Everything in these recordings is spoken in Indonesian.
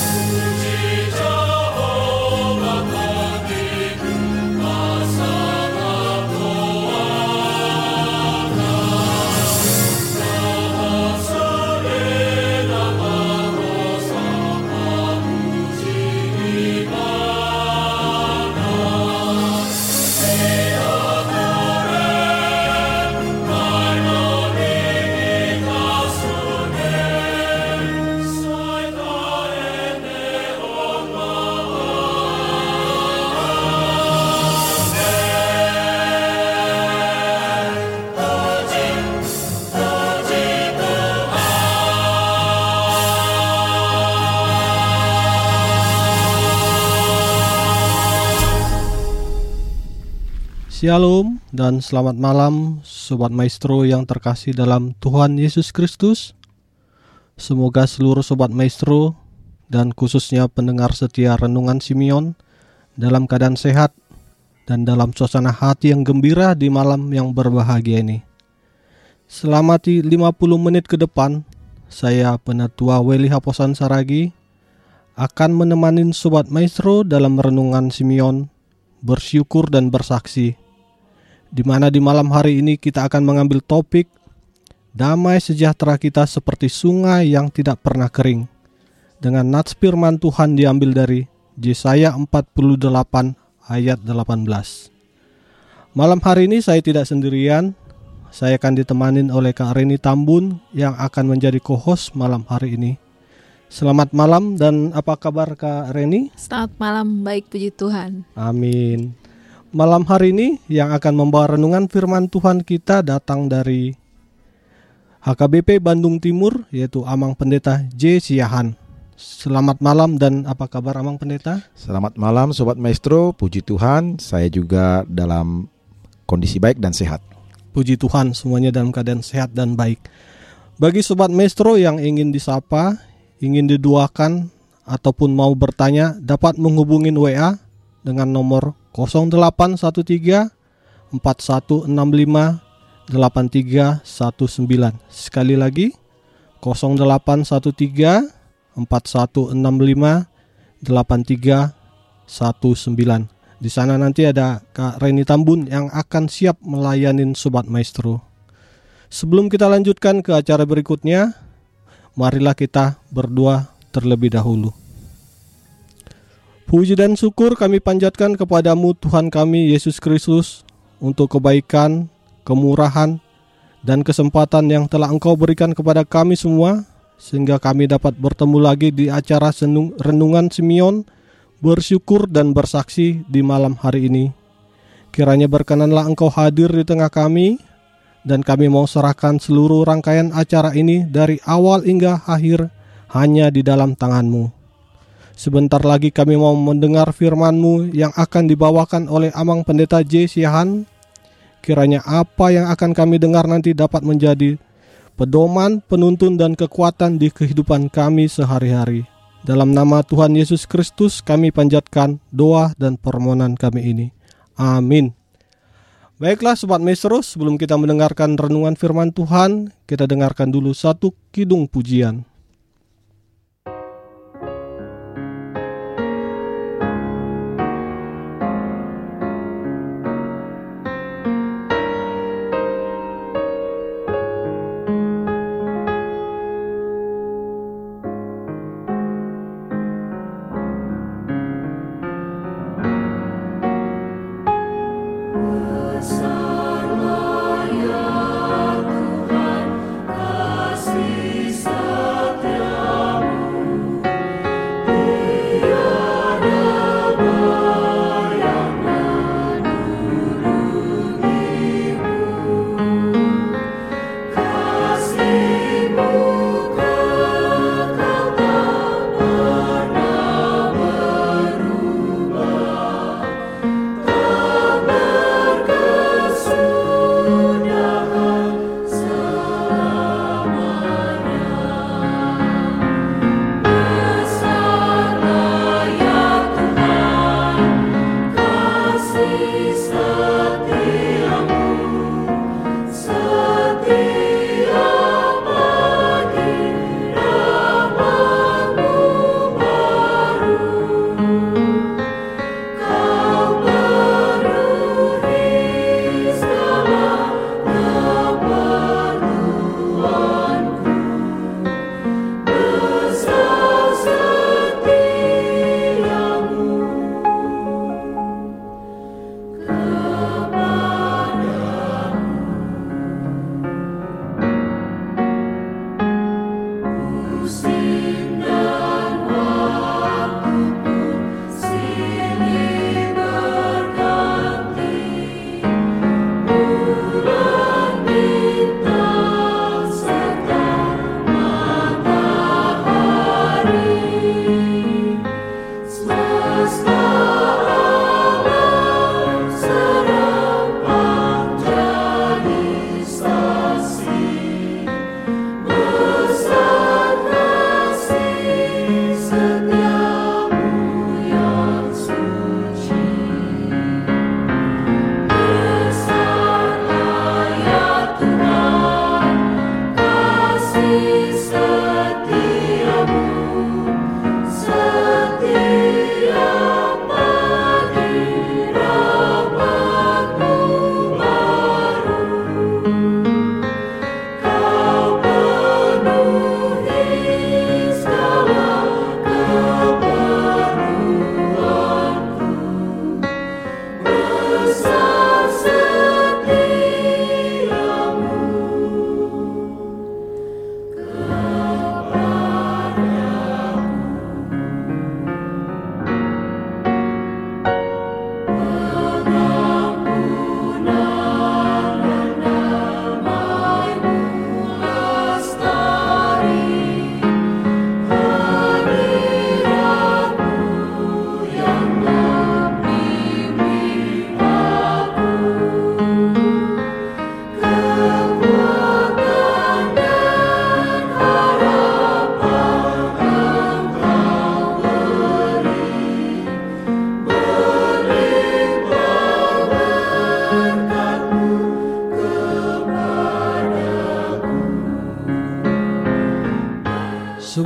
Shalom dan selamat malam Sobat Maestro yang terkasih dalam Tuhan Yesus Kristus. Semoga seluruh Sobat Maestro dan khususnya pendengar setia Renungan Simeon dalam keadaan sehat dan dalam suasana hati yang gembira di malam yang berbahagia ini. Selama 50 menit ke depan, saya Penatua Weli Haposan Saragi akan menemani Sobat Maestro dalam Renungan Simeon bersyukur dan bersaksi, di mana di malam hari ini kita akan mengambil topik damai sejahtera kita seperti sungai yang tidak pernah kering, dengan nats firman Tuhan diambil dari Yesaya 48 ayat 18. Malam hari ini saya tidak sendirian, saya akan ditemani oleh Kak Reni Tambun yang akan menjadi co-host malam hari ini. Selamat malam dan apa kabar Kak Reni? Selamat malam, baik puji Tuhan. Amin. Malam hari ini yang akan membawa renungan firman Tuhan kita datang dari HKBP Bandung Timur, yaitu Amang Pendeta J. Siahan. Selamat malam dan apa kabar Amang Pendeta? Selamat malam Sobat Maestro, puji Tuhan saya juga dalam kondisi baik dan sehat. Puji Tuhan semuanya dalam keadaan sehat dan baik. Bagi Sobat Maestro yang ingin disapa, ingin didoakan ataupun mau bertanya, dapat menghubungi WA dengan nomor 0813 4165 8319. Sekali lagi 0813 4165 8319. Di sana nanti ada Kak Reni Tambun yang akan siap melayani Sobat Maestro. Sebelum kita lanjutkan ke acara berikutnya, marilah kita berdoa terlebih dahulu. Puji dan syukur kami panjatkan kepadamu Tuhan kami Yesus Kristus untuk kebaikan, kemurahan, dan kesempatan yang telah Engkau berikan kepada kami semua, sehingga kami dapat bertemu lagi di acara Renungan Simeon, bersyukur dan bersaksi di malam hari ini. Kiranya berkenanlah Engkau hadir di tengah kami, dan kami mau serahkan seluruh rangkaian acara ini dari awal hingga akhir hanya di dalam tangan-Mu. Sebentar lagi kami mau mendengar firman-Mu yang akan dibawakan oleh Amang Pendeta J. Siahan. Kiranya apa yang akan kami dengar nanti dapat menjadi pedoman, penuntun, dan kekuatan di kehidupan kami sehari-hari. Dalam nama Tuhan Yesus Kristus kami panjatkan doa dan permohonan kami ini. Amin. Baiklah Sobat Maestro, sebelum kita mendengarkan renungan firman Tuhan, kita dengarkan dulu satu kidung pujian. Besarlah ya Tuhan, kasih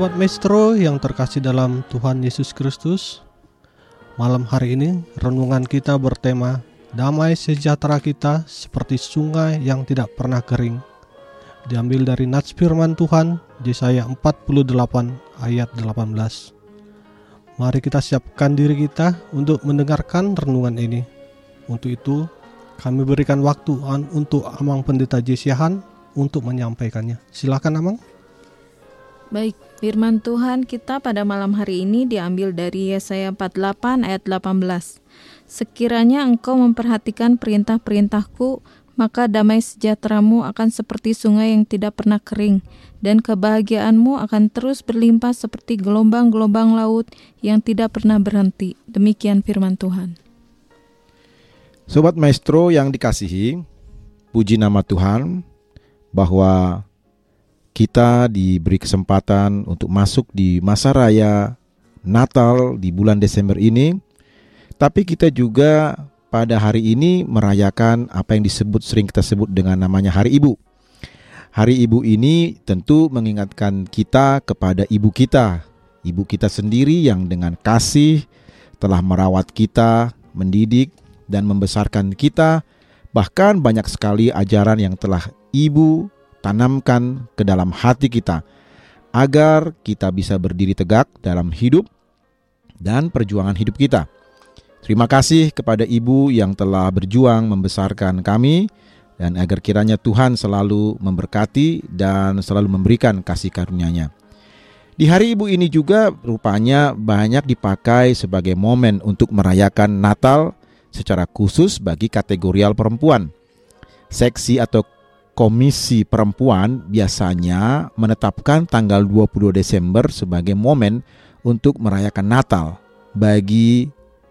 Sobat Maestro yang terkasih dalam Tuhan Yesus Kristus, malam hari ini renungan kita bertema damai sejahtera kita seperti sungai yang tidak pernah kering. Diambil dari nats firman Tuhan Yesaya 48 ayat 18. Mari kita siapkan diri kita untuk mendengarkan renungan ini. Untuk itu kami berikan waktu untuk Amang Pendeta Jesiahan untuk menyampaikannya. Silakan Amang. Baik, firman Tuhan kita pada malam hari ini diambil dari Yesaya 48 ayat 18. Sekiranya engkau memperhatikan perintah-perintahku, maka damai sejahteramu akan seperti sungai yang tidak pernah kering, dan kebahagiaanmu akan terus berlimpah seperti gelombang-gelombang laut yang tidak pernah berhenti. Demikian firman Tuhan. Sobat Maestro yang dikasihi, puji nama Tuhan bahwa kita diberi kesempatan untuk masuk di masa raya Natal di bulan Desember ini. Tapi kita juga pada hari ini merayakan apa yang sering kita sebut dengan namanya Hari Ibu. Hari Ibu ini tentu mengingatkan kita kepada ibu kita sendiri yang dengan kasih telah merawat kita, mendidik dan membesarkan kita. Bahkan banyak sekali ajaran yang telah ibu tanamkan ke dalam hati kita agar kita bisa berdiri tegak dalam hidup dan perjuangan hidup kita. Terima kasih kepada ibu yang telah berjuang membesarkan kami, dan agar kiranya Tuhan selalu memberkati dan selalu memberikan kasih karunia-Nya. Di hari ibu ini juga rupanya banyak dipakai sebagai momen untuk merayakan Natal secara khusus bagi kategorial perempuan. Seksi atau Komisi Perempuan biasanya menetapkan tanggal 22 Desember sebagai momen untuk merayakan Natal bagi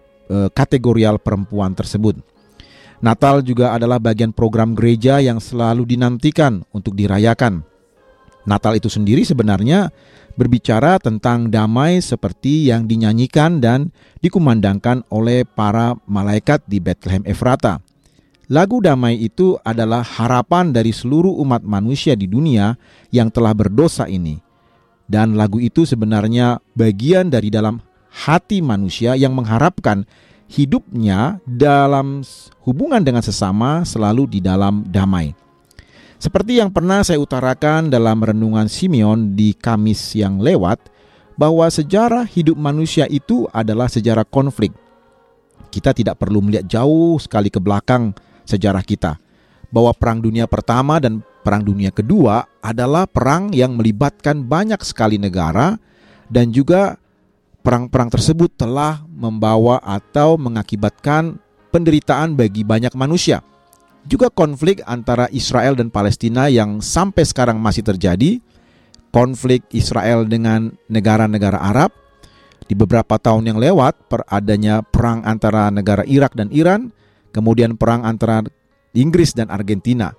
kategorial perempuan tersebut. Natal juga adalah bagian program gereja yang selalu dinantikan untuk dirayakan. Natal itu sendiri sebenarnya berbicara tentang damai seperti yang dinyanyikan dan dikumandangkan oleh para malaikat di Bethlehem Efrata. Lagu damai itu adalah harapan dari seluruh umat manusia di dunia yang telah berdosa ini. Dan lagu itu sebenarnya bagian dari dalam hati manusia yang mengharapkan hidupnya dalam hubungan dengan sesama selalu di dalam damai. Seperti yang pernah saya utarakan dalam renungan Simeon di Kamis yang lewat, bahwa sejarah hidup manusia itu adalah sejarah konflik. Kita tidak perlu melihat jauh sekali ke belakang sejarah kita, bahwa Perang Dunia Pertama dan Perang Dunia Kedua adalah perang yang melibatkan banyak sekali negara, dan juga perang-perang tersebut telah membawa atau mengakibatkan penderitaan bagi banyak manusia. Juga konflik antara Israel dan Palestina yang sampai sekarang masih terjadi, konflik Israel dengan negara-negara Arab. Di beberapa tahun yang lewat, adanya perang antara negara Irak dan Iran, kemudian perang antara Inggris dan Argentina.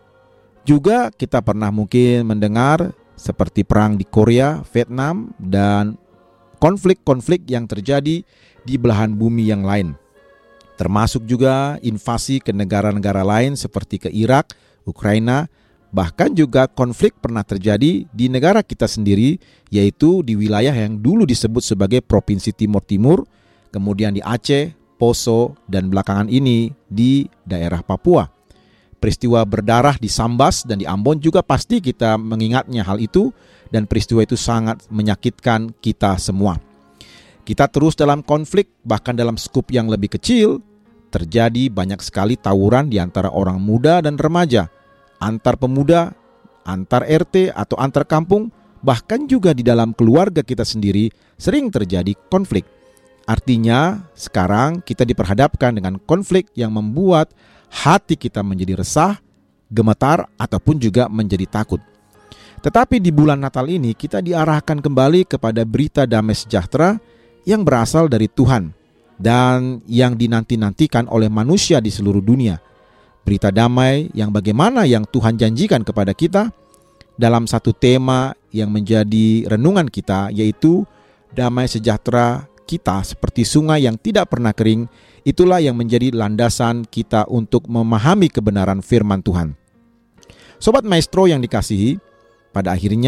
Juga kita pernah mungkin mendengar seperti perang di Korea, Vietnam, dan konflik-konflik yang terjadi di belahan bumi yang lain. Termasuk juga invasi ke negara-negara lain seperti ke Irak, Ukraina, bahkan juga konflik pernah terjadi di negara kita sendiri, yaitu di wilayah yang dulu disebut sebagai Provinsi Timur Timur, kemudian di Aceh, Poso, dan belakangan ini di daerah Papua. Peristiwa berdarah di Sambas dan di Ambon juga pasti kita mengingatnya hal itu, dan peristiwa itu sangat menyakitkan kita semua. Kita terus dalam konflik, bahkan dalam skup yang lebih kecil, terjadi banyak sekali tawuran di antara orang muda dan remaja, antar pemuda, antar RT atau antar kampung, bahkan juga di dalam keluarga kita sendiri sering terjadi konflik. Artinya, sekarang kita diperhadapkan dengan konflik yang membuat hati kita menjadi resah, gemetar, ataupun juga menjadi takut. Tetapi di bulan Natal ini kita diarahkan kembali kepada berita damai sejahtera yang berasal dari Tuhan dan yang dinanti-nantikan oleh manusia di seluruh dunia. Berita damai yang bagaimana yang Tuhan janjikan kepada kita dalam satu tema yang menjadi renungan kita, yaitu damai sejahtera kita seperti sungai yang tidak pernah kering. Itulah yang menjadi landasan kita untuk memahami kebenaran firman Tuhan. Sobat Maestro yang dikasihi, pada akhirnya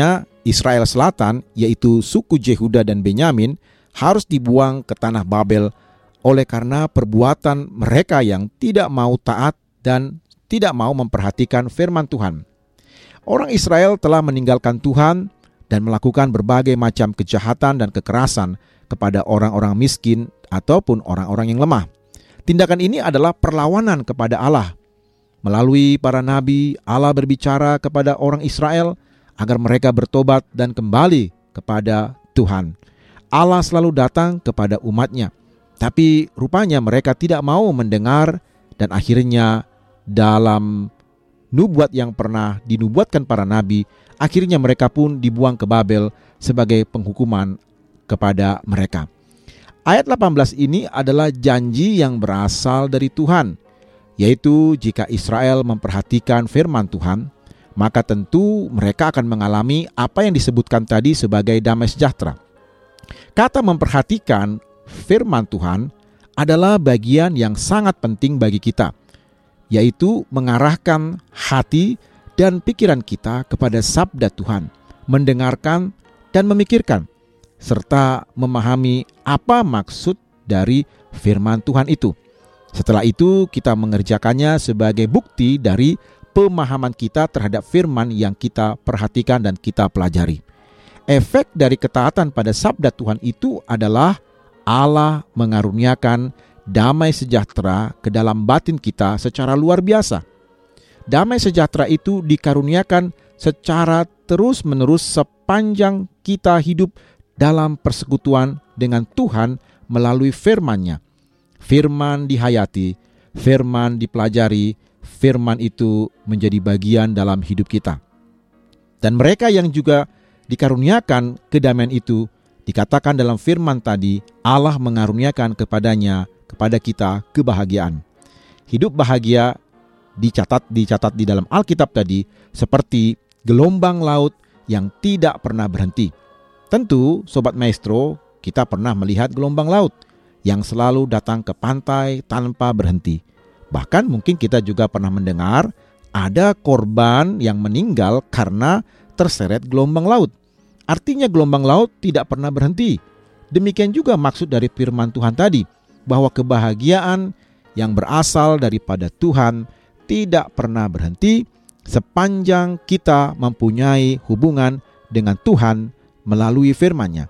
Israel Selatan, yaitu suku Yehuda dan Benyamin, harus dibuang ke tanah Babel oleh karena perbuatan mereka yang tidak mau taat dan tidak mau memperhatikan firman Tuhan. Orang Israel telah meninggalkan Tuhan dan melakukan berbagai macam kejahatan dan kekerasan kepada orang-orang miskin ataupun orang-orang yang lemah. Tindakan ini adalah perlawanan kepada Allah. Melalui para nabi, Allah berbicara kepada orang Israel agar mereka bertobat dan kembali kepada Tuhan. Allah selalu datang kepada umatnya, tapi rupanya mereka tidak mau mendengar, dan akhirnya dalam nubuat yang pernah dinubuatkan para nabi, akhirnya mereka pun dibuang ke Babel sebagai penghukuman kepada mereka. Ayat 18 ini adalah janji yang berasal dari Tuhan, yaitu jika Israel memperhatikan firman Tuhan, maka tentu mereka akan mengalami apa yang disebutkan tadi sebagai damai sejahtera. Kata memperhatikan firman Tuhan adalah bagian yang sangat penting bagi kita, yaitu mengarahkan hati dan pikiran kita kepada sabda Tuhan, mendengarkan dan memikirkan, serta memahami apa maksud dari firman Tuhan itu. Setelah itu kita mengerjakannya sebagai bukti dari pemahaman kita terhadap firman yang kita perhatikan dan kita pelajari. Efek dari ketaatan pada sabda Tuhan itu adalah Allah mengaruniakan damai sejahtera ke dalam batin kita secara luar biasa. Damai sejahtera itu dikaruniakan secara terus-menerus sepanjang kita hidup dalam persekutuan dengan Tuhan melalui firman-Nya. Firman dihayati, firman dipelajari, firman itu menjadi bagian dalam hidup kita. Dan mereka yang juga dikaruniakan kedamaian itu, dikatakan dalam firman tadi, Allah mengaruniakan kepada kita kebahagiaan. Hidup bahagia dicatat di dalam Alkitab tadi seperti gelombang laut yang tidak pernah berhenti. Tentu, Sobat Maestro, kita pernah melihat gelombang laut yang selalu datang ke pantai tanpa berhenti. Bahkan mungkin kita juga pernah mendengar ada korban yang meninggal karena terseret gelombang laut. Artinya gelombang laut tidak pernah berhenti. Demikian juga maksud dari firman Tuhan tadi, bahwa kebahagiaan yang berasal daripada Tuhan tidak pernah berhenti sepanjang kita mempunyai hubungan dengan Tuhan melalui firman-Nya.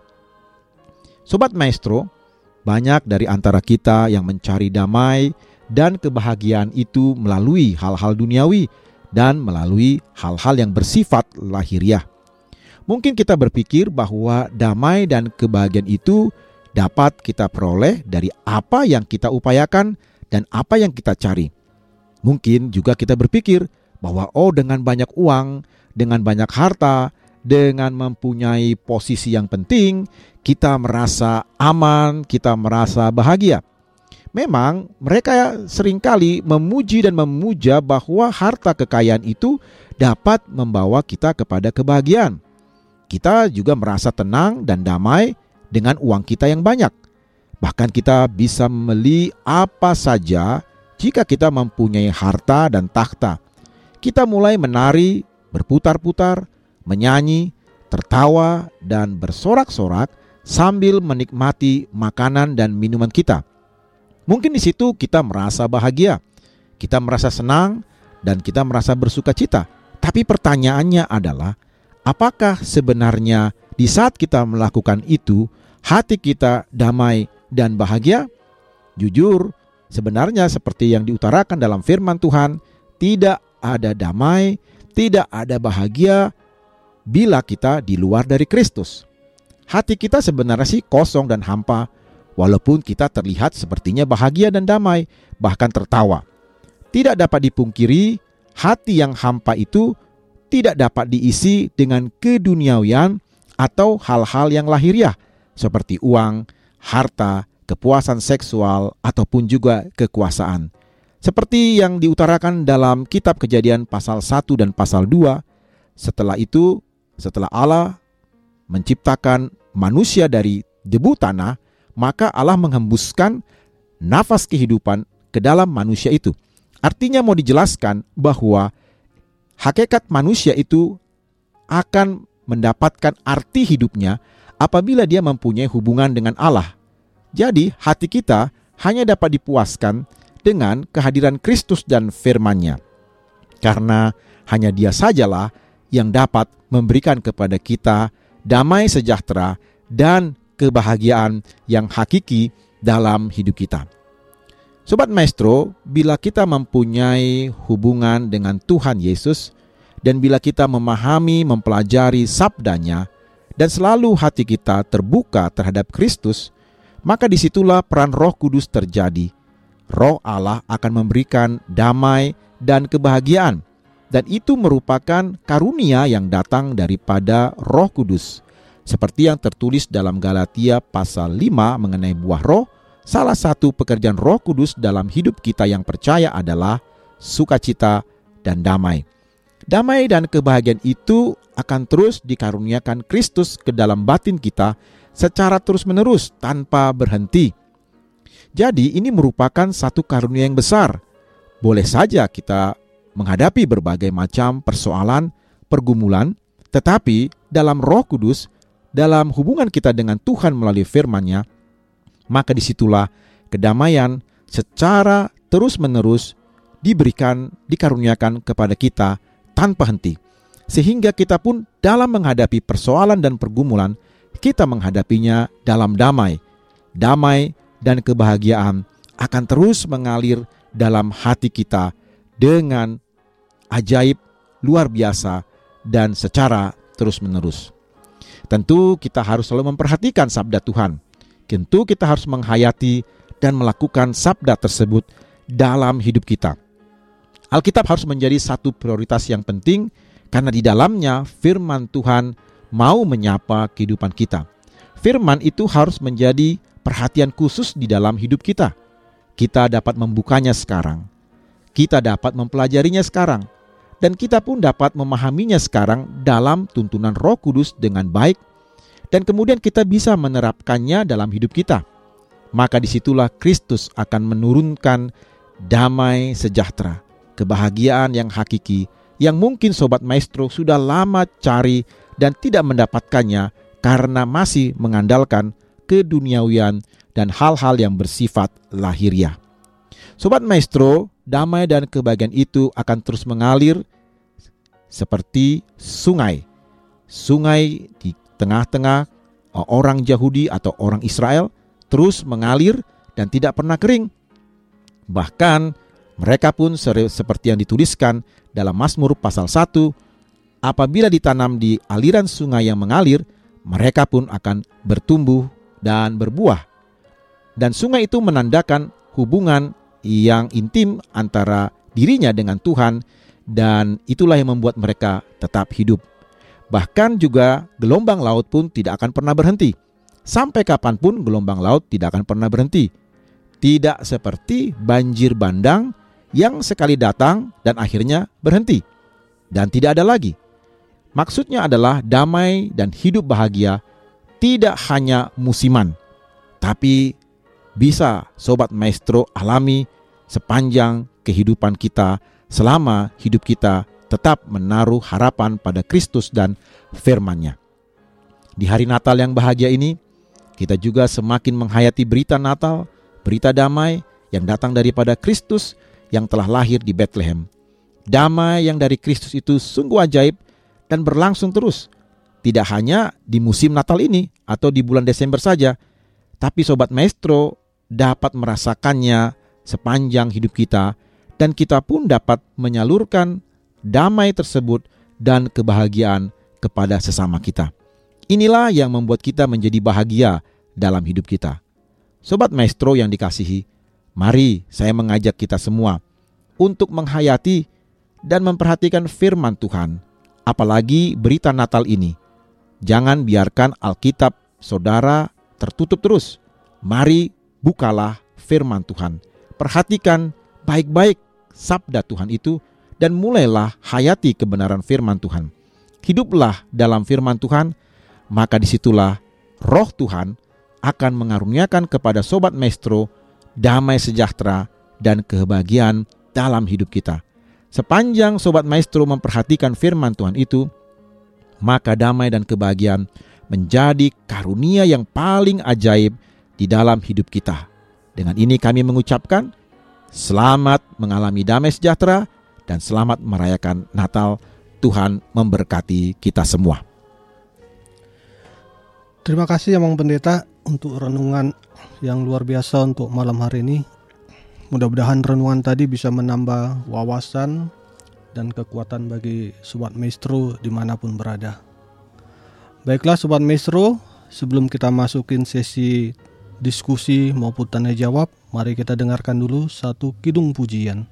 Sobat Maestro, banyak dari antara kita yang mencari damai dan kebahagiaan itu melalui hal-hal duniawi dan melalui hal-hal yang bersifat lahiriah. Mungkin kita berpikir bahwa damai dan kebahagiaan itu dapat kita peroleh dari apa yang kita upayakan dan apa yang kita cari. Mungkin juga kita berpikir bahwa dengan banyak uang, dengan banyak harta, dengan mempunyai posisi yang penting, kita merasa aman, kita merasa bahagia. Memang mereka seringkali memuji dan memuja bahwa harta kekayaan itu dapat membawa kita kepada kebahagiaan. Kita juga merasa tenang dan damai dengan uang kita yang banyak. Bahkan kita bisa membeli apa saja jika kita mempunyai harta dan takhta. Kita mulai menari, berputar-putar, menyanyi, tertawa, dan bersorak-sorak sambil menikmati makanan dan minuman kita. Mungkin di situ kita merasa bahagia, kita merasa senang, dan kita merasa bersuka cita. Tapi pertanyaannya adalah, apakah sebenarnya di saat kita melakukan itu, hati kita damai dan bahagia? Jujur, sebenarnya seperti yang diutarakan dalam firman Tuhan, tidak ada damai, tidak ada bahagia bila kita di luar dari Kristus. Hati kita sebenarnya sih kosong dan hampa, walaupun kita terlihat sepertinya bahagia dan damai, bahkan tertawa. Tidak dapat dipungkiri, hati yang hampa itu tidak dapat diisi dengan keduniawian atau hal-hal yang lahiriah, seperti uang, harta, kepuasan seksual, ataupun juga kekuasaan. Seperti yang diutarakan dalam kitab Kejadian pasal 1 dan pasal 2, setelah Allah menciptakan manusia dari debu tanah, maka Allah menghembuskan nafas kehidupan ke dalam manusia itu. Artinya mau dijelaskan bahwa hakikat manusia itu akan mendapatkan arti hidupnya apabila dia mempunyai hubungan dengan Allah. Jadi hati kita hanya dapat dipuaskan dengan kehadiran Kristus dan firman-Nya. Karena hanya Dia sajalah yang dapat memberikan kepada kita damai sejahtera dan kebahagiaan yang hakiki dalam hidup kita. Sobat Maestro, bila kita mempunyai hubungan dengan Tuhan Yesus, dan bila kita memahami, mempelajari sabdanya, dan selalu hati kita terbuka terhadap Kristus, maka disitulah peran Roh Kudus terjadi. Roh Allah akan memberikan damai dan kebahagiaan, dan itu merupakan karunia yang datang daripada Roh Kudus. Seperti yang tertulis dalam Galatia pasal 5 mengenai buah roh, salah satu pekerjaan Roh Kudus dalam hidup kita yang percaya adalah sukacita dan damai. Damai dan kebahagiaan itu akan terus dikaruniakan Kristus ke dalam batin kita secara terus-menerus tanpa berhenti. Jadi ini merupakan satu karunia yang besar. Boleh saja kita menghadapi berbagai macam persoalan, pergumulan, tetapi dalam Roh Kudus, dalam hubungan kita dengan Tuhan melalui firman-Nya, maka disitulah kedamaian secara terus-menerus dikaruniakan kepada kita tanpa henti. Sehingga kita pun dalam menghadapi persoalan dan pergumulan, kita menghadapinya dalam damai. Damai dan kebahagiaan akan terus mengalir dalam hati kita dengan ajaib, luar biasa, dan secara terus-menerus. Tentu kita harus selalu memperhatikan sabda Tuhan. Tentu kita harus menghayati dan melakukan sabda tersebut dalam hidup kita. Alkitab harus menjadi satu prioritas yang penting karena di dalamnya firman Tuhan mau menyapa kehidupan kita. Firman itu harus menjadi perhatian khusus di dalam hidup kita. Kita dapat membukanya sekarang. Kita dapat mempelajarinya sekarang. Dan kita pun dapat memahaminya sekarang dalam tuntunan Roh Kudus dengan baik. Dan kemudian kita bisa menerapkannya dalam hidup kita. Maka disitulah Kristus akan menurunkan damai sejahtera, kebahagiaan yang hakiki, yang mungkin Sobat Maestro sudah lama cari dan tidak mendapatkannya karena masih mengandalkan keduniawian dan hal-hal yang bersifat lahiriah. Sobat Maestro, damai dan kebahagiaan itu akan terus mengalir seperti sungai. Sungai di tengah-tengah orang Yahudi atau orang Israel terus mengalir dan tidak pernah kering. Bahkan mereka pun seperti yang dituliskan dalam Mazmur pasal 1, apabila ditanam di aliran sungai yang mengalir, mereka pun akan bertumbuh dan berbuah. Dan sungai itu menandakan hubungan yang intim antara dirinya dengan Tuhan, dan itulah yang membuat mereka tetap hidup. Bahkan juga gelombang laut pun tidak akan pernah berhenti. Sampai kapanpun gelombang laut tidak akan pernah berhenti. Tidak seperti banjir bandang yang sekali datang dan akhirnya berhenti dan tidak ada lagi. Maksudnya adalah damai dan hidup bahagia tidak hanya musiman, tapi bisa Sobat Maestro alami sepanjang kehidupan kita selama hidup kita tetap menaruh harapan pada Kristus dan firman-Nya. Di hari Natal yang bahagia ini, kita juga semakin menghayati berita Natal, berita damai yang datang daripada Kristus yang telah lahir di Bethlehem. Damai yang dari Kristus itu sungguh ajaib dan berlangsung terus. Tidak hanya di musim Natal ini atau di bulan Desember saja, tapi Sobat Maestro dapat merasakannya sepanjang hidup kita, dan kita pun dapat menyalurkan damai tersebut dan kebahagiaan kepada sesama kita. Inilah yang membuat kita menjadi bahagia dalam hidup kita. Sobat Maestro yang dikasihi, mari saya mengajak kita semua untuk menghayati dan memperhatikan firman Tuhan, apalagi berita Natal ini. Jangan biarkan Alkitab saudara tertutup terus. Mari bukalah firman Tuhan. Perhatikan baik-baik sabda Tuhan itu dan mulailah hayati kebenaran firman Tuhan. Hiduplah dalam firman Tuhan, maka disitulah Roh Tuhan akan mengaruniakan kepada Sobat Maestro damai sejahtera dan kebahagiaan dalam hidup kita. Sepanjang Sobat Maestro memperhatikan firman Tuhan itu, maka damai dan kebahagiaan menjadi karunia yang paling ajaib di dalam hidup kita. Dengan ini kami mengucapkan selamat mengalami damai sejahtera dan selamat merayakan Natal. Tuhan memberkati kita semua. Terima kasih Amang Pendeta untuk renungan yang luar biasa untuk malam hari ini. Mudah-mudahan renungan tadi bisa menambah wawasan dan kekuatan bagi Sobat Maestro dimanapun berada. Baiklah Sobat Maestro, sebelum kita masukin sesi diskusi maupun tanya jawab, mari kita dengarkan dulu satu kidung pujian.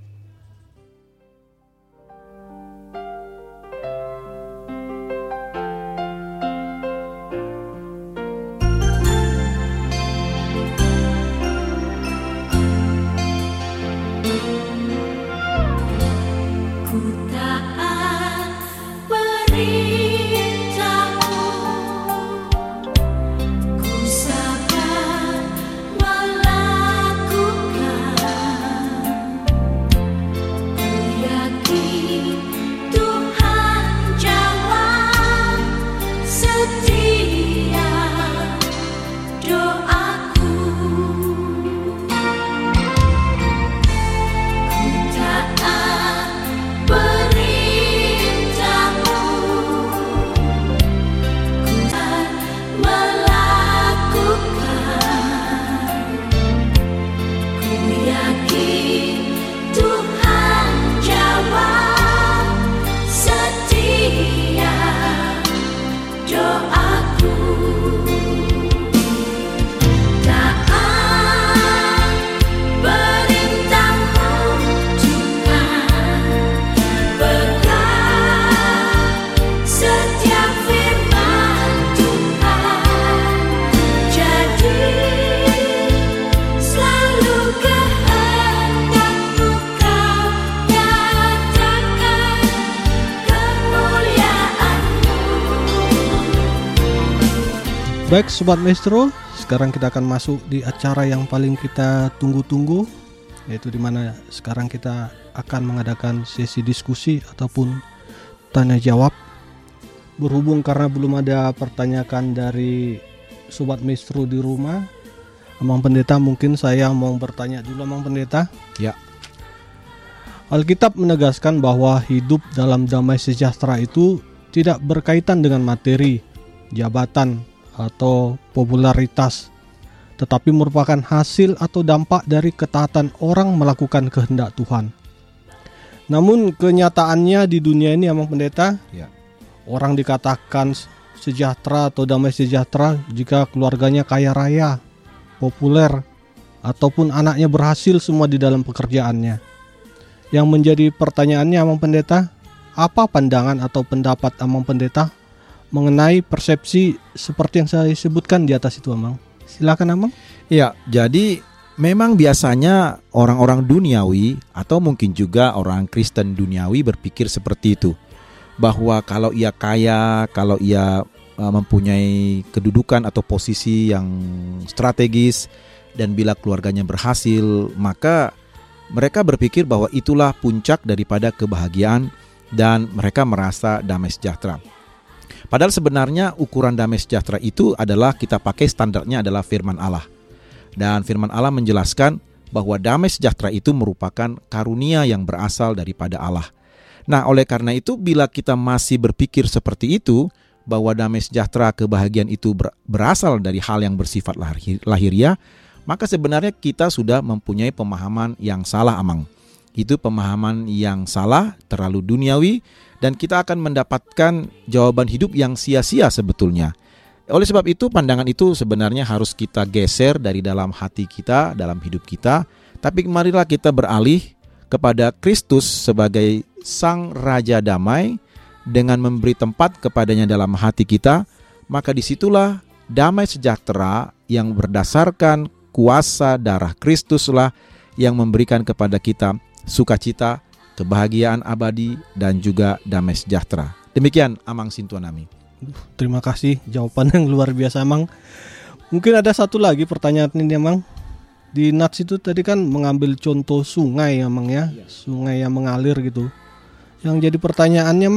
Baik Sobat Maestro, sekarang kita akan masuk di acara yang paling kita tunggu-tunggu, yaitu dimana sekarang kita akan mengadakan sesi diskusi ataupun tanya jawab. Berhubung karena belum ada pertanyaan dari Sobat Maestro di rumah, Amang Pendeta, mungkin saya mau bertanya dulu Amang Pendeta. Ya. Alkitab menegaskan bahwa hidup dalam damai sejahtera itu tidak berkaitan dengan materi, jabatan, atau popularitas, tetapi merupakan hasil atau dampak dari ketaatan orang melakukan kehendak Tuhan. Namun kenyataannya di dunia ini Amang Pendeta, orang dikatakan sejahtera atau damai sejahtera jika keluarganya kaya raya, populer, ataupun anaknya berhasil semua di dalam pekerjaannya. Yang menjadi pertanyaannya Amang Pendeta, apa pandangan atau pendapat Amang Pendeta mengenai persepsi seperti yang saya sebutkan di atas itu Amang? Silakan Amang. Ya, jadi memang biasanya orang-orang duniawi atau mungkin juga orang Kristen duniawi berpikir seperti itu, bahwa kalau ia kaya, kalau ia mempunyai kedudukan atau posisi yang strategis, dan bila keluarganya berhasil, maka mereka berpikir bahwa itulah puncak daripada kebahagiaan dan mereka merasa damai sejahtera. Padahal sebenarnya ukuran damai sejahtera itu adalah kita pakai standarnya adalah firman Allah. Dan firman Allah menjelaskan bahwa damai sejahtera itu merupakan karunia yang berasal daripada Allah. Nah, oleh karena itu bila kita masih berpikir seperti itu, bahwa damai sejahtera kebahagiaan itu berasal dari hal yang bersifat lahiriah, maka sebenarnya kita sudah mempunyai pemahaman yang salah Amang. Itu pemahaman yang salah, terlalu duniawi, dan kita akan mendapatkan jawaban hidup yang sia-sia sebetulnya. Oleh sebab itu pandangan itu sebenarnya harus kita geser dari dalam hati kita, dalam hidup kita. Tapi marilah kita beralih kepada Kristus sebagai Sang Raja Damai dengan memberi tempat kepadanya dalam hati kita. Maka disitulah damai sejahtera yang berdasarkan kuasa darah Kristuslah yang memberikan kepada kita sukacita, kebahagiaan abadi, dan juga damai sejahtera. Demikian Amang Sintuanami. Terima kasih, jawaban yang luar biasa Amang. Mungkin ada satu lagi pertanyaan ini Amang. Di Nats itu tadi kan mengambil contoh sungai Amang ya, sungai yang mengalir gitu. Yang jadi pertanyaannya Amang,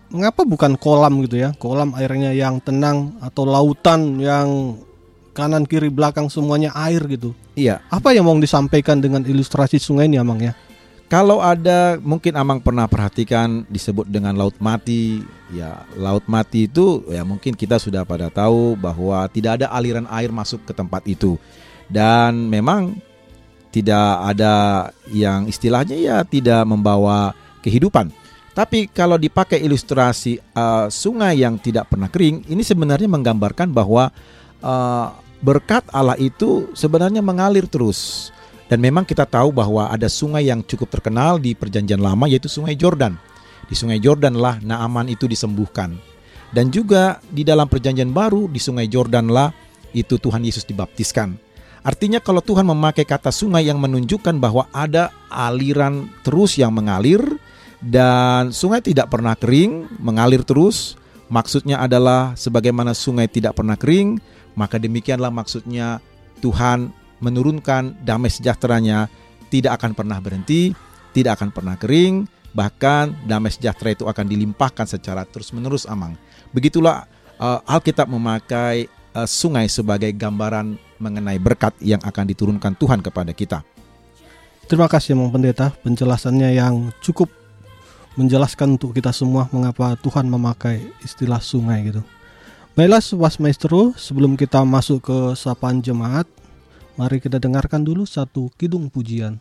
mengapa bukan kolam gitu ya, kolam airnya yang tenang atau lautan yang kanan kiri belakang semuanya air gitu. Iya. Apa yang mau disampaikan dengan ilustrasi sungai ini, Amang ya? Kalau ada, mungkin Amang pernah perhatikan disebut dengan laut mati. Ya, laut mati itu ya mungkin kita sudah pada tahu bahwa tidak ada aliran air masuk ke tempat itu. Dan memang tidak ada yang istilahnya ya tidak membawa kehidupan. Tapi kalau dipakai ilustrasi sungai yang tidak pernah kering, ini sebenarnya menggambarkan bahwa berkat Allah itu sebenarnya mengalir terus. Dan memang kita tahu bahwa ada sungai yang cukup terkenal di Perjanjian Lama, yaitu Sungai Yordan. Di Sungai Yordan lah Naaman itu disembuhkan. Dan juga di dalam Perjanjian Baru, di Sungai Yordan lah itu Tuhan Yesus dibaptiskan. Artinya kalau Tuhan memakai kata sungai yang menunjukkan bahwa ada aliran terus yang mengalir, dan sungai tidak pernah kering, mengalir terus. Maksudnya adalah sebagaimana sungai tidak pernah kering, maka demikianlah maksudnya Tuhan menurunkan damai sejahteranya, tidak akan pernah berhenti, tidak akan pernah kering, bahkan damai sejahtera itu akan dilimpahkan secara terus-menerus, Amang. Begitulah Alkitab memakai sungai sebagai gambaran mengenai berkat yang akan diturunkan Tuhan kepada kita. Terima kasih, Amang Pendeta, penjelasannya yang cukup menjelaskan untuk kita semua mengapa Tuhan memakai istilah sungai gitu. Baiklah Sobat Maestro, sebelum kita masuk ke sapaan jemaat, mari kita dengarkan dulu satu kidung pujian.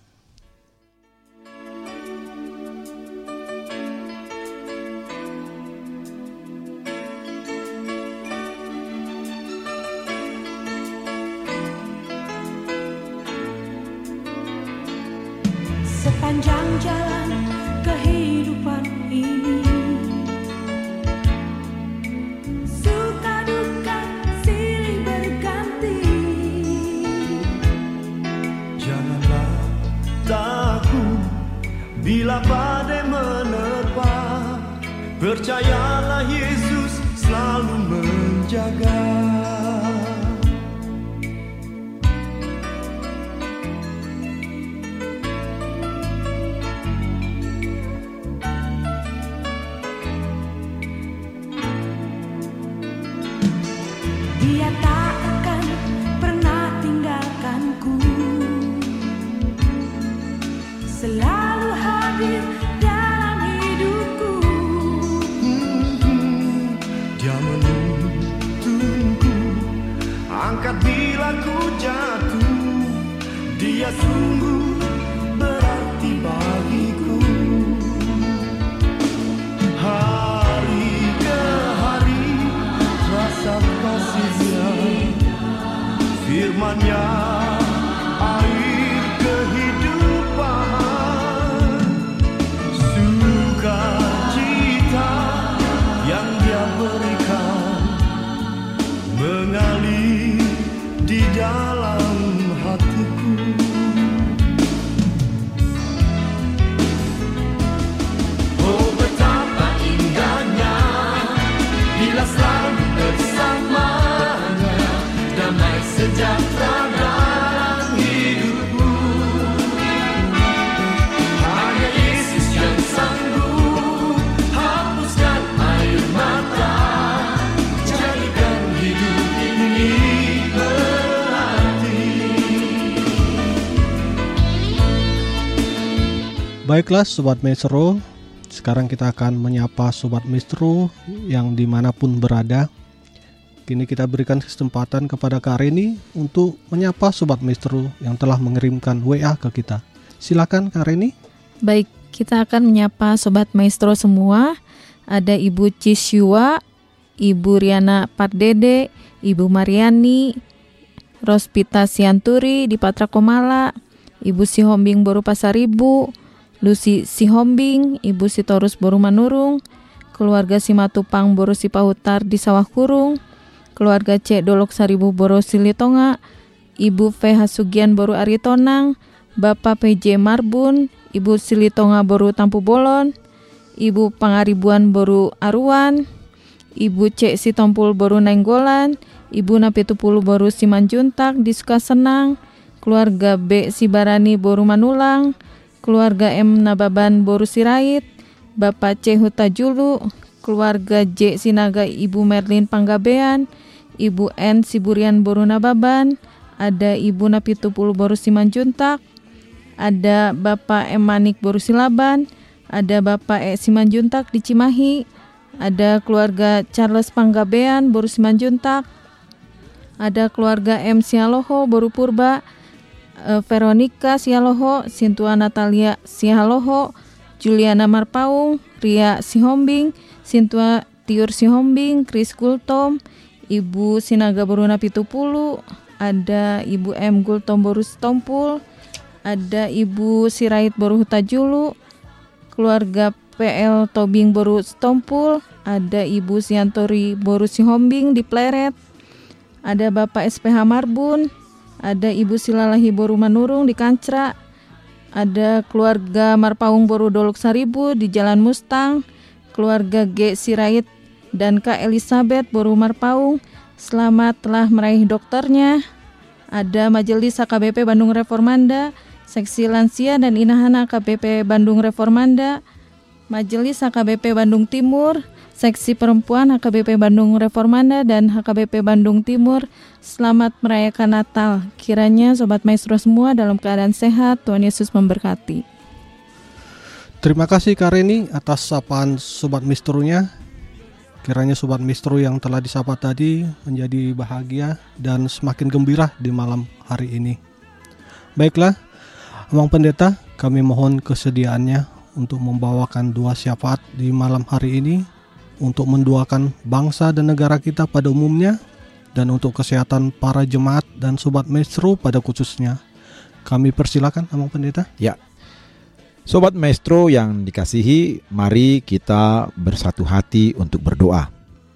Sepanjang jalan kehidupan ini, suka duka silih berganti. Janganlah takut bila badai menerpa, percayalah Yesus selalu menjaga. Dia tak akan pernah tinggalkanku, selalu hadir dalam hidupku. Dia menuntunku, angkat bila ku jatuh. Dia sungguh berarti bagiku. Hari ke hari rasa kasihnya, firman-Nya air kehidupan, sukacita yang Dia berikan mengalir di dalam hatiku. Oh betapa indahnya bila selalu bersamanya, damai sejahtera dalam hidupku. Hanya Yesus yang sanggup hapuskan air mata, jadikan hidup ini berarti. Baiklah Sobat Maestro, sekarang kita akan menyapa Sobat Maestro yang dimanapun berada. Kini kita berikan kesempatan kepada Kak Reni untuk menyapa Sobat Maestro yang telah mengirimkan WA ke kita. Silakan Kak Reni. Baik, kita akan menyapa Sobat Maestro semua. Ada Ibu Cisyua, Ibu Riana Pardede, Ibu Mariani, Rospita Sianturi di Patra Komala, Ibu Sihombing Boru Pasaribu, Lucy Sihombing, Ibu Sitorus Boru Manurung, keluarga Simatupang Boru Sipahutar di Sawah Kurung, keluarga Cek Dolok Saribu Boru Silitonga, Ibu VH Sugian Boru Aritonang, Bapak PJ Marbun, Ibu Silitonga Boru Tampu Bolon, Ibu Pangaribuan Boru Aruan, Ibu Cek Sitompul Boru Nainggolan, Ibu Napitupulu Boru Simanjuntak di Sukasenang, keluarga B Sibarani Boru Manulang, keluarga M Nababan Boru Sirait, Bapak C Huta Julu, keluarga J Sinaga Ibu Merlin Panggabean, Ibu N Siburian Boru Nababan, ada Ibu Napitupulu Boru Simanjuntak, ada Bapak Emanik Boru Silaban, ada Bapak E Simanjuntak di Cimahi, ada keluarga Charles Panggabean Boru Simanjuntak, ada keluarga M Sialoho Boru Purba, Veronica Sialoho, Sintua Natalia Sialoho, Juliana Marpaung, Ria Sihombing, Sintua Tiur Sihombing, Kris Gultom, Ibu Sinaga Boru Napitupulu, ada Ibu M Gultom Boru Stompul, ada Ibu Sirait Boru Hutajulu, keluarga PL Tobing Boru Stompul, ada Ibu Siantori Boru Sihombing di Pleret, ada Bapak SPH Marbun, ada Ibu Silalahi Boru Manurung di Kancra, ada keluarga Marpaung Boru Dolok Saribu di Jalan Mustang, keluarga G Sirait dan Kak Elizabeth Boru Marpaung, selamat telah meraih dokternya. Ada Majelis HKBP Bandung Reformanda, Seksi Lansia dan Inahana HKBP Bandung Reformanda, Majelis HKBP Bandung Timur, Seksi Perempuan HKBP Bandung Reformanda dan HKBP Bandung Timur, selamat merayakan Natal. Kiranya Sobat Maestro semua dalam keadaan sehat, Tuhan Yesus memberkati. Terima kasih Kak Reni atas sapaan Sobat Maestronya. Kiranya Sobat Maestro yang telah disapa tadi menjadi bahagia dan semakin gembira di malam hari ini. Baiklah, Abang Pendeta, kami mohon kesediaannya untuk membawakan doa syafaat di malam hari ini, untuk mendoakan bangsa dan negara kita pada umumnya, dan untuk kesehatan para jemaat dan Sobat Maestro pada khususnya. Kami persilakan Abang Pendeta. Ya, Sobat Maestro yang dikasihi, mari kita bersatu hati untuk berdoa.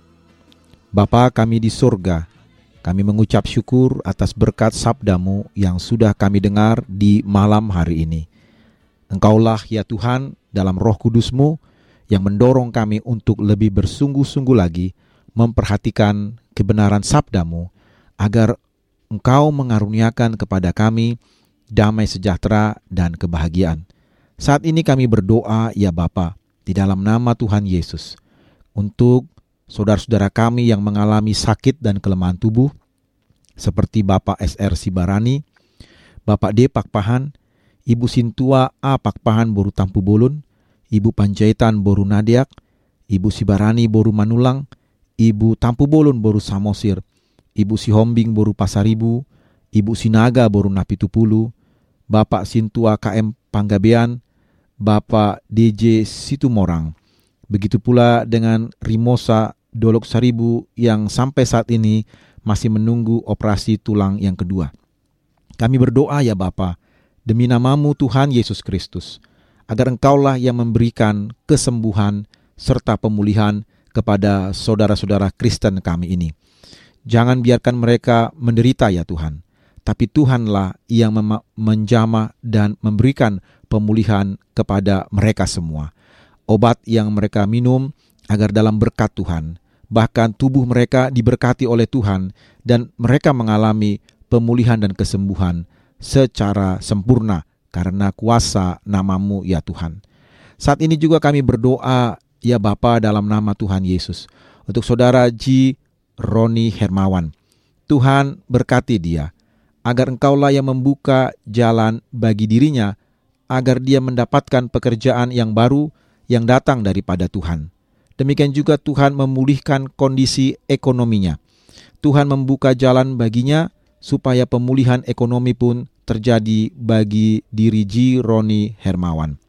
Bapa kami di surga, kami mengucap syukur atas berkat sabda-Mu yang sudah kami dengar di malam hari ini. Engkaulah ya Tuhan dalam Roh Kudus-Mu yang mendorong kami untuk lebih bersungguh-sungguh lagi memperhatikan kebenaran sabda-Mu, agar Engkau mengaruniakan kepada kami damai sejahtera dan kebahagiaan. Saat ini kami berdoa ya Bapa, di dalam nama Tuhan Yesus, untuk saudara-saudara kami yang mengalami sakit dan kelemahan tubuh, seperti Bapak SR Sibarani, Bapak D Pakpahan, Ibu Sintua A Pakpahan Boru Tampu Bolon, Ibu Panjaitan Boru Nadiak, Ibu Sibarani Boru Manulang, Ibu Tampu Bolon Boru Samosir, Ibu Sihombing Boru Pasaribu, Ibu Sinaga Boru Napitupulu, Bapak Sintua KM Panggabean, Bapak DJ Situmorang. Begitu pula dengan Rimosa Dolok Saribu yang sampai saat ini masih menunggu operasi tulang yang kedua. Kami berdoa ya Bapa, demi nama-Mu Tuhan Yesus Kristus, agar Engkaulah yang memberikan kesembuhan serta pemulihan kepada saudara-saudara Kristen kami ini. Jangan biarkan mereka menderita ya Tuhan, tapi Tuhanlah yang menjamah dan memberikan pemulihan kepada mereka semua. Obat yang mereka minum agar dalam berkat Tuhan, bahkan tubuh mereka diberkati oleh Tuhan dan mereka mengalami pemulihan dan kesembuhan secara sempurna karena kuasa nama-Mu ya Tuhan. Saat ini juga kami berdoa ya Bapa dalam nama Tuhan Yesus untuk saudara G. Roni Hermawan. Tuhan berkati dia, agar Engkaulah yang membuka jalan bagi dirinya, agar dia mendapatkan pekerjaan yang baru yang datang daripada Tuhan. Demikian juga Tuhan memulihkan kondisi ekonominya. Tuhan membuka jalan baginya supaya pemulihan ekonomi pun terjadi bagi diri G. Roni Hermawan.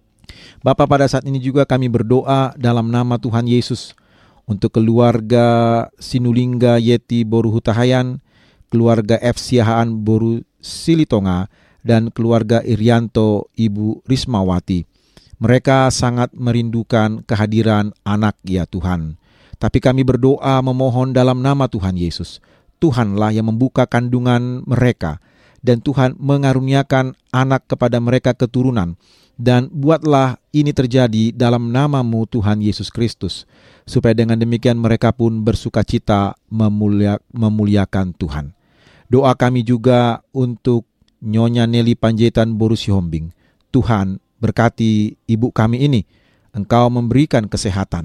Bapa, pada saat ini juga kami berdoa dalam nama Tuhan Yesus untuk keluarga Sinulingga Yeti Boru Hutahayan, keluarga F. Siahaan Boru Silitonga, dan keluarga Irianto Ibu Rismawati. Mereka sangat merindukan kehadiran anak ya Tuhan. Tapi kami berdoa memohon dalam nama Tuhan Yesus. Tuhanlah yang membuka kandungan mereka, dan Tuhan mengaruniakan anak kepada mereka keturunan. Dan buatlah ini terjadi dalam nama-Mu Tuhan Yesus Kristus, supaya dengan demikian mereka pun bersukacita memuliakan Tuhan. Doa kami juga untuk Nyonya Nelly Panjaitan Boru Sihombing. Tuhan, berkati ibu kami ini. Engkau memberikan kesehatan,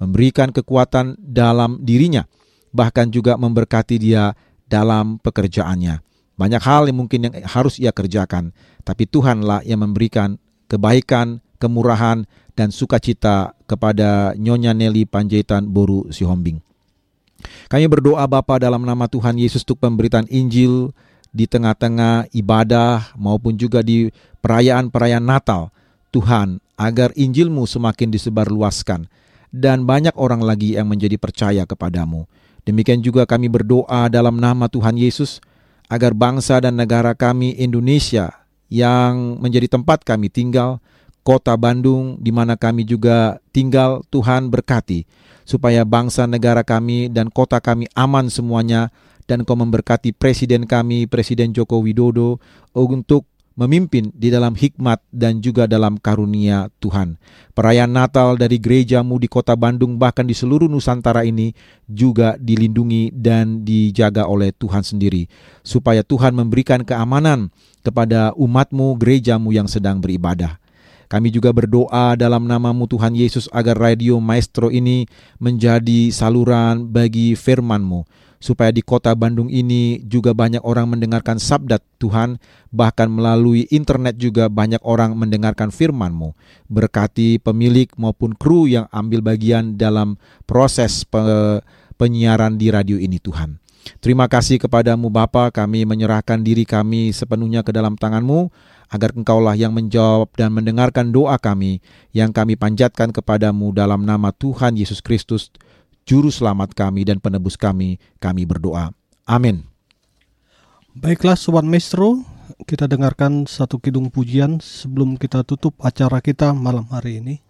memberikan kekuatan dalam dirinya, bahkan juga memberkati dia dalam pekerjaannya. Banyak hal yang mungkin yang harus ia kerjakan, tapi Tuhanlah yang memberikan kebaikan, kemurahan, dan sukacita kepada Nyonya Nelly Panjaitan Boru Sihombing. Kami berdoa Bapa dalam nama Tuhan Yesus untuk pemberitaan Injil di tengah-tengah ibadah maupun juga di perayaan-perayaan Natal. Tuhan, agar Injil-Mu semakin disebarluaskan dan banyak orang lagi yang menjadi percaya kepadamu. Demikian juga kami berdoa dalam nama Tuhan Yesus, agar bangsa dan negara kami Indonesia yang menjadi tempat kami tinggal, kota Bandung di mana kami juga tinggal, Tuhan berkati, supaya bangsa negara kami dan kota kami aman semuanya, dan Kau memberkati Presiden kami, Presiden Joko Widodo, untuk memimpin di dalam hikmat dan juga dalam karunia Tuhan. Perayaan Natal dari gereja-Mu di kota Bandung, bahkan di seluruh Nusantara ini juga dilindungi dan dijaga oleh Tuhan sendiri, supaya Tuhan memberikan keamanan kepada umat-Mu, gereja-Mu yang sedang beribadah. Kami juga berdoa dalam nama-Mu Tuhan Yesus, agar Radio Maestro ini menjadi saluran bagi firman-Mu, supaya di kota Bandung ini juga banyak orang mendengarkan sabda Tuhan, bahkan melalui internet juga banyak orang mendengarkan firman-Mu. Berkati pemilik maupun kru yang ambil bagian dalam proses penyiaran di radio ini Tuhan. Terima kasih kepadamu Bapa, kami menyerahkan diri kami sepenuhnya ke dalam tangan-Mu, agar Engkaulah yang menjawab dan mendengarkan doa kami yang kami panjatkan kepadamu dalam nama Tuhan Yesus Kristus, Juru Selamat kami dan Penebus kami berdoa. Amin. Baiklah Sobat Maestro, kita dengarkan satu kidung pujian sebelum kita tutup acara kita malam hari ini.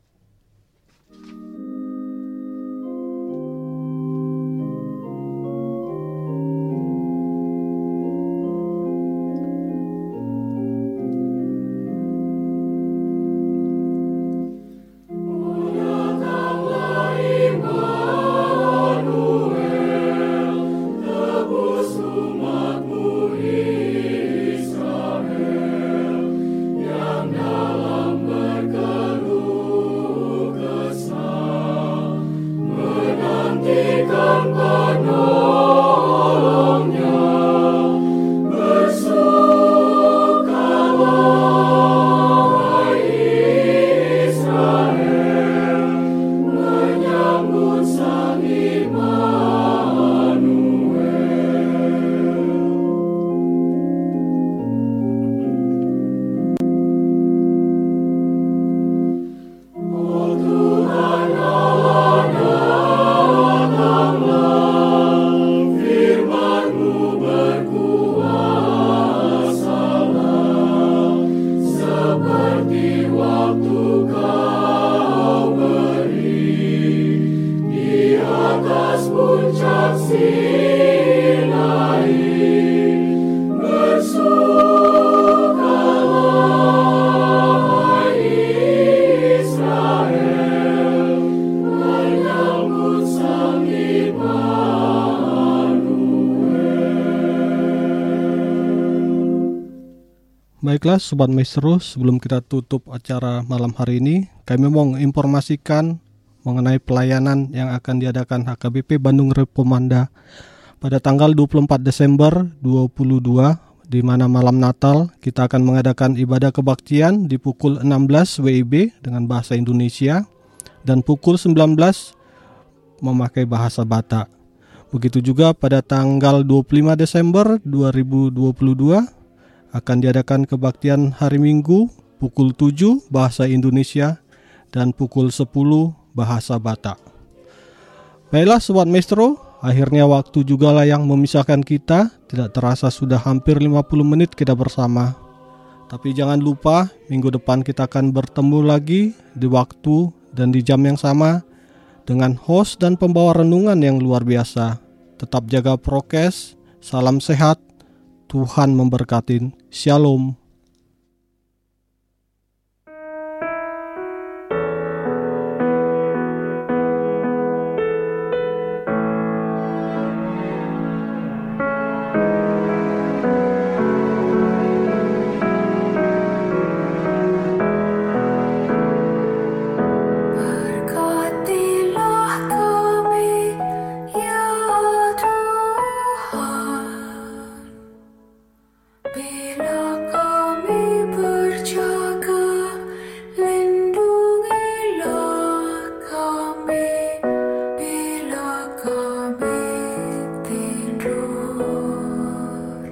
Baiklah Sobat Maestro, sebelum kita tutup acara malam hari ini, kami mau menginformasikan mengenai pelayanan yang akan diadakan HKBP Bandung Repomanda pada tanggal 24 Desember 2022, di mana malam Natal kita akan mengadakan ibadah kebaktian di pukul 16 WIB dengan bahasa Indonesia dan pukul 19 memakai bahasa Batak. Begitu juga pada tanggal 25 Desember 2022 akan diadakan kebaktian hari Minggu pukul 7 bahasa Indonesia dan pukul 10 bahasa Batak. Baiklah Sobat Maestro, akhirnya waktu jugalah yang memisahkan kita. Tidak terasa sudah hampir 50 menit kita bersama. Tapi jangan lupa minggu depan kita akan bertemu lagi di waktu dan di jam yang sama dengan host dan pembawa renungan yang luar biasa. Tetap jaga prokes, salam sehat, Tuhan memberkati. Shalom. Berkatilah Bila kami berjaga, lindungilah kami. Bila kami tidur.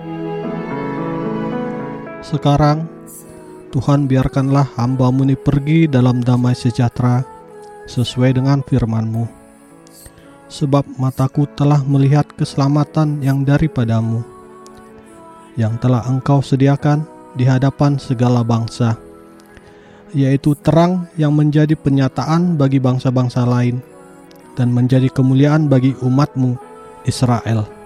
Sekarang, Tuhan biarkanlah hamba-Mu ini pergi dalam damai sejahtera sesuai dengan firman-Mu. Sebab mataku telah melihat keselamatan yang daripada-Mu, yang telah Engkau sediakan di hadapan segala bangsa, yaitu terang yang menjadi penyataan bagi bangsa-bangsa lain dan menjadi kemuliaan bagi umat-Mu Israel.